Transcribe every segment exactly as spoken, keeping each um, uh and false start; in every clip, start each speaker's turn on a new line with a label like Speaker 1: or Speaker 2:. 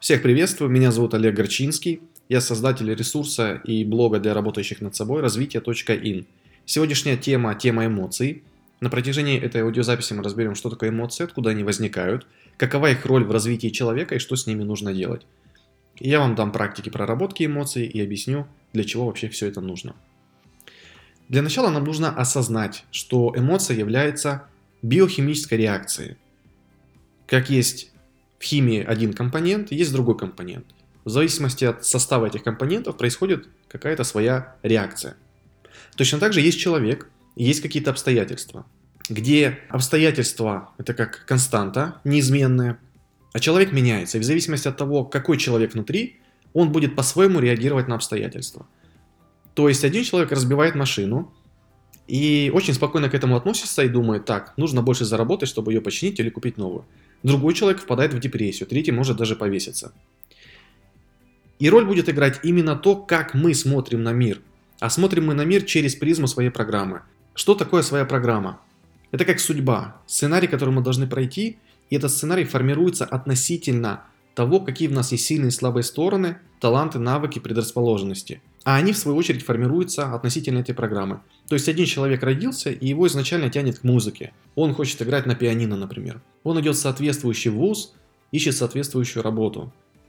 Speaker 1: Всех приветствую, меня зовут Олег Горчинский, я создатель ресурса и блога для работающих над собой развитие точка ин. Сегодняшняя тема– тема эмоций. На протяжении этой аудиозаписи мы разберем, что такое эмоции, откуда они возникают, какова их роль в развитии человека и что с ними нужно делать. И я вам дам практики проработки эмоций и объясню, для чего вообще все это нужно. Для начала нам нужно осознать, что эмоция является биохимической реакцией. Как есть в химии один компонент, есть другой компонент. В зависимости от состава этих компонентов происходит какая-то своя реакция. Точно так же есть человек, есть какие-то обстоятельства, где обстоятельства это как константа неизменная, а человек меняется. И в зависимости от того, какой человек внутри, он будет по-своему реагировать на обстоятельства. То есть один человек разбивает машину и очень спокойно к этому относится и думает: так, нужно больше заработать, чтобы ее починить или купить новую. Другой человек впадает в депрессию, третий может даже повеситься. И роль будет играть именно то, как мы смотрим на мир. А смотрим мы на мир через призму своей программы. Что такое своя программа? Это как судьба, сценарий, который мы должны пройти, и этот сценарий формируется относительно того, какие в нас есть сильные и слабые стороны, таланты, навыки, предрасположенности. А они, в свою очередь, формируются относительно этой программы. То есть один человек родился, и его изначально тянет к музыке. Он хочет играть на пианино, например. Он идет в соответствующий вуз, ищет соответствующую работу.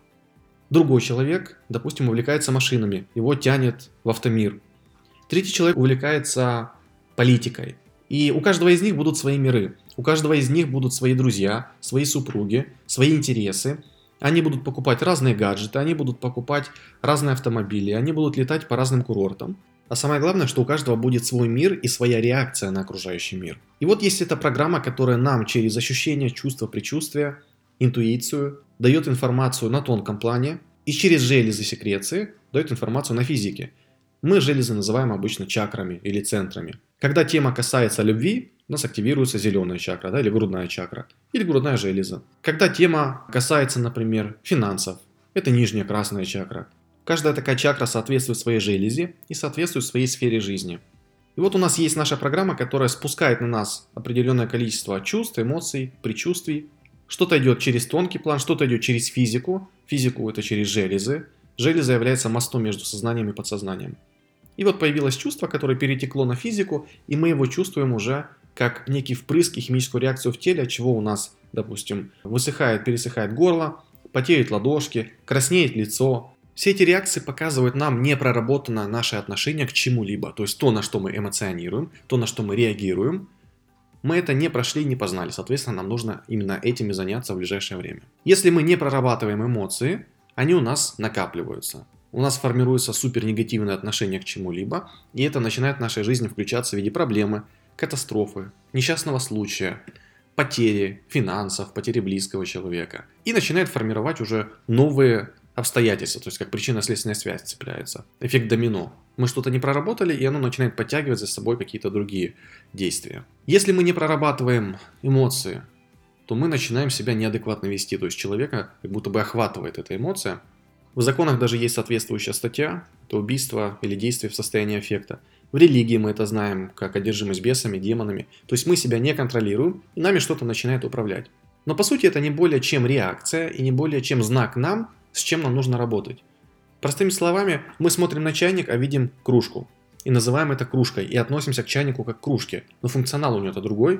Speaker 1: Другой человек, допустим, увлекается машинами, его тянет в автомир. Третий человек увлекается политикой. И у каждого из них будут свои миры. У каждого из них будут свои друзья, свои супруги, свои интересы. Они будут покупать разные гаджеты, они будут покупать разные автомобили, они будут летать по разным курортам. А самое главное, что у каждого будет свой мир и своя реакция на окружающий мир. И вот есть эта программа, которая нам через ощущения, чувства, предчувствия, интуицию дает информацию на тонком плане и через железы секреции дает информацию на физике. Мы железы называем обычно чакрами или центрами. Когда тема касается любви, у нас активируется зеленая чакра, да, или грудная чакра, или грудная железа. Когда тема касается, например, финансов, это нижняя красная чакра. Каждая такая чакра соответствует своей железе и соответствует своей сфере жизни. И вот у нас есть наша программа, которая спускает на нас определенное количество чувств, эмоций, предчувствий. Что-то идет через тонкий план, что-то идет через физику. Физику это через железы. Железа является мостом между сознанием и подсознанием. И вот появилось чувство, которое перетекло на физику, и мы его чувствуем уже как некий впрыск и химическую реакцию в теле, от чего у нас, допустим, высыхает, пересыхает горло, потеют ладошки, краснеет лицо. Все эти реакции показывают нам непроработанное наше отношение к чему-либо. То есть то, на что мы эмоционируем, то, на что мы реагируем. Мы это не прошли и не познали. Соответственно, нам нужно именно этим и заняться в ближайшее время. Если мы не прорабатываем эмоции, они у нас накапливаются. У нас формируется супер негативное отношение к чему-либо, и это начинает в нашей жизни включаться в виде проблемы, катастрофы, несчастного случая, потери финансов, потери близкого человека. И начинает формировать уже новые обстоятельства, то есть как причинно-следственная связь цепляется. Эффект домино. Мы что-то не проработали, и оно начинает подтягивать за собой какие-то другие действия. Если мы не прорабатываем эмоции, то мы начинаем себя неадекватно вести, то есть человека как будто бы охватывает эта эмоция. В законах даже есть соответствующая статья, это убийство или действие в состоянии аффекта. В религии мы это знаем, как одержимость бесами, демонами. То есть мы себя не контролируем, и нами что-то начинает управлять. Но по сути это не более чем реакция и не более чем знак нам, с чем нам нужно работать. Простыми словами, мы смотрим на чайник, а видим кружку. И называем это кружкой, и относимся к чайнику как к кружке. Но функционал у нее-то другой.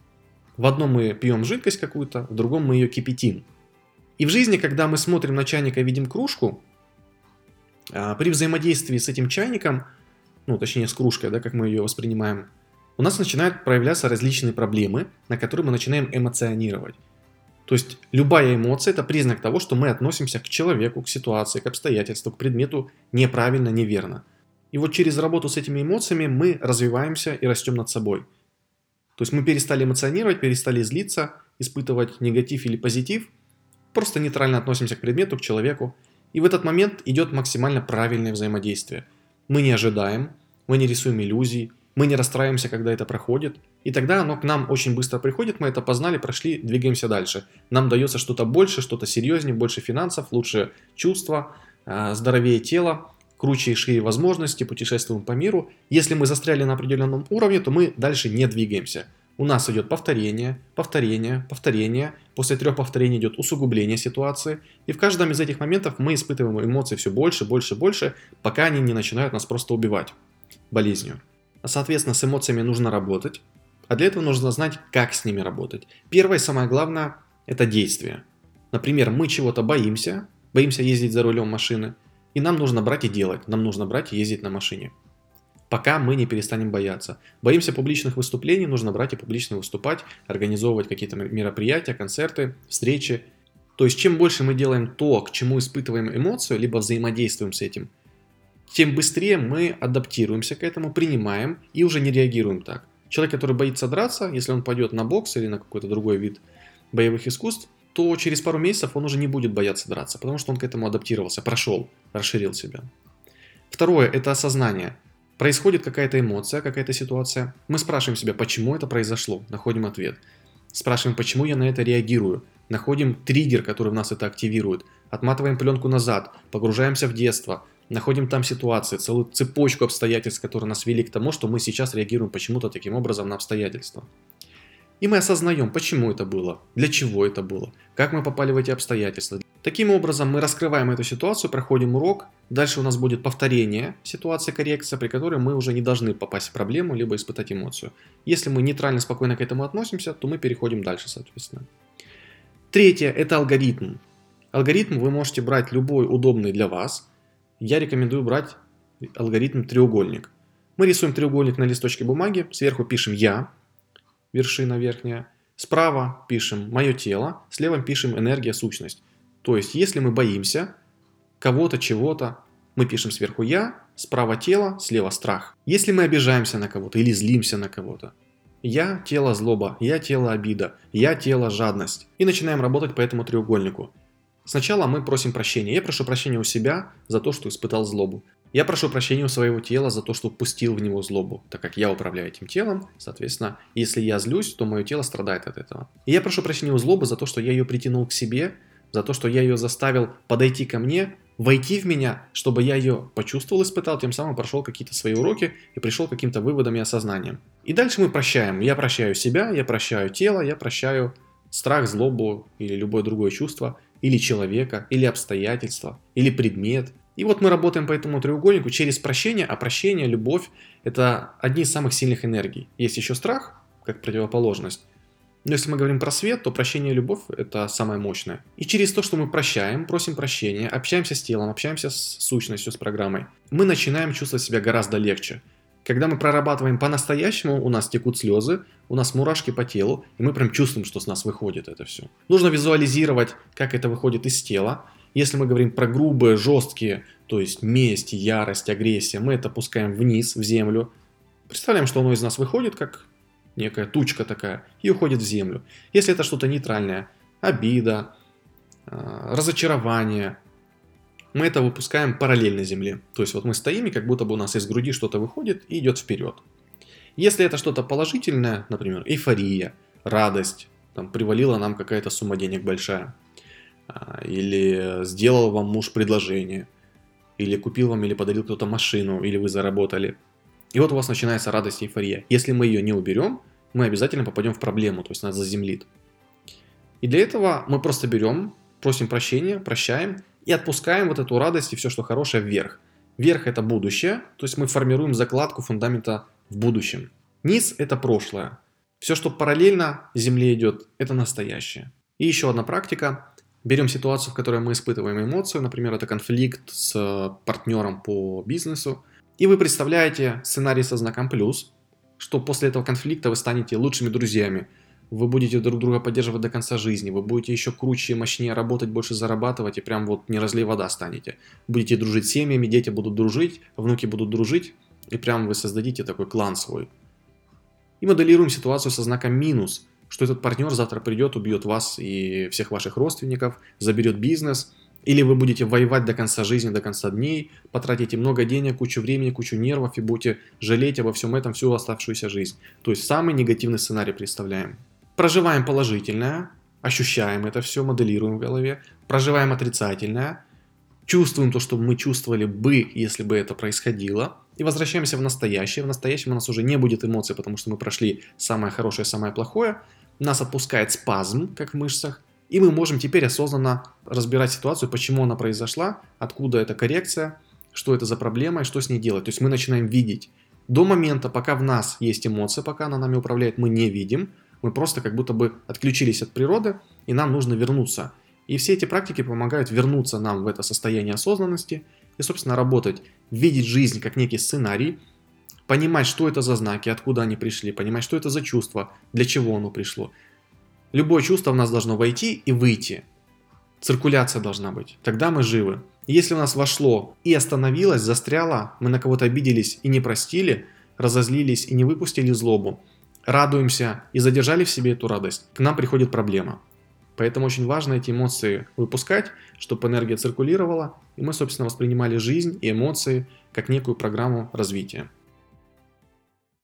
Speaker 1: В одном мы пьем жидкость какую-то, в другом мы ее кипятим. И в жизни, когда мы смотрим на чайник и видим кружку, при взаимодействии с этим чайником, ну точнее с кружкой, да, как мы ее воспринимаем, у нас начинают проявляться различные проблемы, на которые мы начинаем эмоционировать. То есть любая эмоция – это признак того, что мы относимся к человеку, к ситуации, к обстоятельству, к предмету неправильно, неверно. И вот через работу с этими эмоциями мы развиваемся и растем над собой. То есть мы перестали эмоционировать, перестали злиться, испытывать негатив или позитив, просто нейтрально относимся к предмету, к человеку. И в этот момент идет максимально правильное взаимодействие. Мы не ожидаем, мы не рисуем иллюзий, мы не расстраиваемся, когда это проходит. И тогда оно к нам очень быстро приходит, мы это познали, прошли, двигаемся дальше. Нам дается что-то больше, что-то серьезнее, больше финансов, лучше чувства, здоровее тело, круче и шире возможности, путешествуем по миру. Если мы застряли на определенном уровне, то мы дальше не двигаемся. У нас идет повторение, повторение, повторение. После трех повторений идет усугубление ситуации. И в каждом из этих моментов мы испытываем эмоции все больше, больше, больше, пока они не начинают нас просто убивать болезнью. Соответственно, с эмоциями нужно работать. А для этого нужно знать, как с ними работать. Первое и самое главное – это действие. Например, мы чего-то боимся, боимся ездить за рулем машины, и нам нужно брать и делать, нам нужно брать и ездить на машине. Пока мы не перестанем бояться. Боимся публичных выступлений, нужно брать и публично выступать, организовывать какие-то мероприятия, концерты, встречи. То есть, чем больше мы делаем то, к чему испытываем эмоцию, либо взаимодействуем с этим, тем быстрее мы адаптируемся к этому, принимаем и уже не реагируем так. Человек, который боится драться, если он пойдет на бокс или на какой-то другой вид боевых искусств, то через пару месяцев он уже не будет бояться драться, потому что он к этому адаптировался, прошел, расширил себя. Второе – это осознание. Происходит какая-то эмоция, какая-то ситуация. Мы спрашиваем себя, почему это произошло, находим ответ. Спрашиваем, почему я на это реагирую. Находим триггер, который в нас это активирует. Отматываем пленку назад, погружаемся в детство. Находим там ситуации, целую цепочку обстоятельств, которые нас вели к тому, что мы сейчас реагируем почему-то таким образом на обстоятельства. И мы осознаем, почему это было, для чего это было, как мы попали в эти обстоятельства. Таким образом, мы раскрываем эту ситуацию, проходим урок, дальше у нас будет повторение ситуации, коррекция, при которой мы уже не должны попасть в проблему, либо испытать эмоцию. Если мы нейтрально, спокойно к этому относимся, то мы переходим дальше, соответственно. Третье – это алгоритм. Алгоритм вы можете брать любой удобный для вас. Я рекомендую брать алгоритм треугольник. Мы рисуем треугольник на листочке бумаги, сверху пишем «Я», вершина верхняя, справа пишем «Мое тело», слева пишем «Энергия, сущность». То есть, если мы боимся кого-то, чего-то, мы пишем сверху «Я», справа «Тело», слева «Страх». Если мы обижаемся на кого-то или злимся на кого-то, «Я» – тело злоба, «Я» – тело обида, «Я» – тело жадность. И начинаем работать по этому треугольнику. Сначала мы просим прощения. Я прошу прощения у себя за то, что испытал злобу. Я прошу прощения у своего тела за то, что впустил в него злобу, так как я управляю этим телом, соответственно, если я злюсь, то мое тело страдает от этого. И я прошу прощения у злобы за то, что я ее притянул к себе, за то, что я ее заставил подойти ко мне, войти в меня, чтобы я ее почувствовал, испытал, тем самым прошел какие-то свои уроки и пришел к каким-то выводам и осознаниям. И дальше мы прощаем. Я прощаю себя, я прощаю тело, я прощаю страх, злобу или любое другое чувство, или человека, или обстоятельства, или предмет. И вот мы работаем по этому треугольнику через прощение, а прощение, любовь – это одни из самых сильных энергий. Есть еще страх, как противоположность. Но если мы говорим про свет, то прощение и любовь – это самое мощное. И через то, что мы прощаем, просим прощения, общаемся с телом, общаемся с сущностью, с программой, мы начинаем чувствовать себя гораздо легче. Когда мы прорабатываем по-настоящему, у нас текут слезы, у нас мурашки по телу, и мы прям чувствуем, что с нас выходит это все. Нужно визуализировать, как это выходит из тела. Если мы говорим про грубые, жесткие, то есть месть, ярость, агрессия, мы это пускаем вниз, в землю. Представляем, что оно из нас выходит, как некая тучка такая, и уходит в землю. Если это что-то нейтральное, обида, разочарование, мы это выпускаем параллельно земле. То есть вот мы стоим, и как будто бы у нас из груди что-то выходит и идет вперед. Если это что-то положительное, например, эйфория, радость, там привалила нам какая-то сумма денег большая, или сделал вам муж предложение, или купил вам или подарил кто-то машину, или вы заработали. И вот у вас начинается радость и эйфория. Если мы ее не уберем, мы обязательно попадем в проблему, то есть нас заземлит. И для этого мы просто берем, просим прощения, прощаем и отпускаем вот эту радость и все, что хорошее, вверх. Вверх – это будущее, то есть мы формируем закладку фундамента в будущем. Низ – это прошлое. Все, что параллельно Земле идет, это настоящее. И еще одна практика. Берем ситуацию, в которой мы испытываем эмоцию, например, это конфликт с партнером по бизнесу, и вы представляете сценарий со знаком плюс, что после этого конфликта вы станете лучшими друзьями, вы будете друг друга поддерживать до конца жизни, вы будете еще круче, мощнее работать, больше зарабатывать и прям вот не разлей вода станете. Будете дружить с семьями, дети будут дружить, внуки будут дружить, и прям вы создадите такой клан свой. И моделируем ситуацию со знаком минус, что этот партнер завтра придет, убьет вас и всех ваших родственников, заберет бизнес, или вы будете воевать до конца жизни, до конца дней, потратите много денег, кучу времени, кучу нервов и будете жалеть обо всем этом всю оставшуюся жизнь. То есть самый негативный сценарий представляем. Проживаем положительное, ощущаем это все, моделируем в голове, проживаем отрицательное, чувствуем то, что мы чувствовали бы, если бы это происходило, и возвращаемся в настоящее. В настоящем у нас уже не будет эмоций, потому что мы прошли самое хорошее, самое плохое. Нас отпускает спазм, как в мышцах, и мы можем теперь осознанно разбирать ситуацию, почему она произошла, откуда эта коррекция, что это за проблема и что с ней делать. То есть мы начинаем видеть. До момента, пока в нас есть эмоция, пока она нами управляет, мы не видим. Мы просто как будто бы отключились от природы, и нам нужно вернуться. И все эти практики помогают вернуться нам в это состояние осознанности и, собственно, работать, видеть жизнь как некий сценарий, понимать, что это за знаки, откуда они пришли, понимать, что это за чувство, для чего оно пришло. Любое чувство в нас должно войти и выйти. Циркуляция должна быть. Тогда мы живы. Если у нас вошло и остановилось, застряло, мы на кого-то обиделись и не простили, разозлились и не выпустили злобу, радуемся и задержали в себе эту радость, к нам приходит проблема. Поэтому очень важно эти эмоции выпускать, чтобы энергия циркулировала, и мы, собственно, воспринимали жизнь и эмоции как некую программу развития.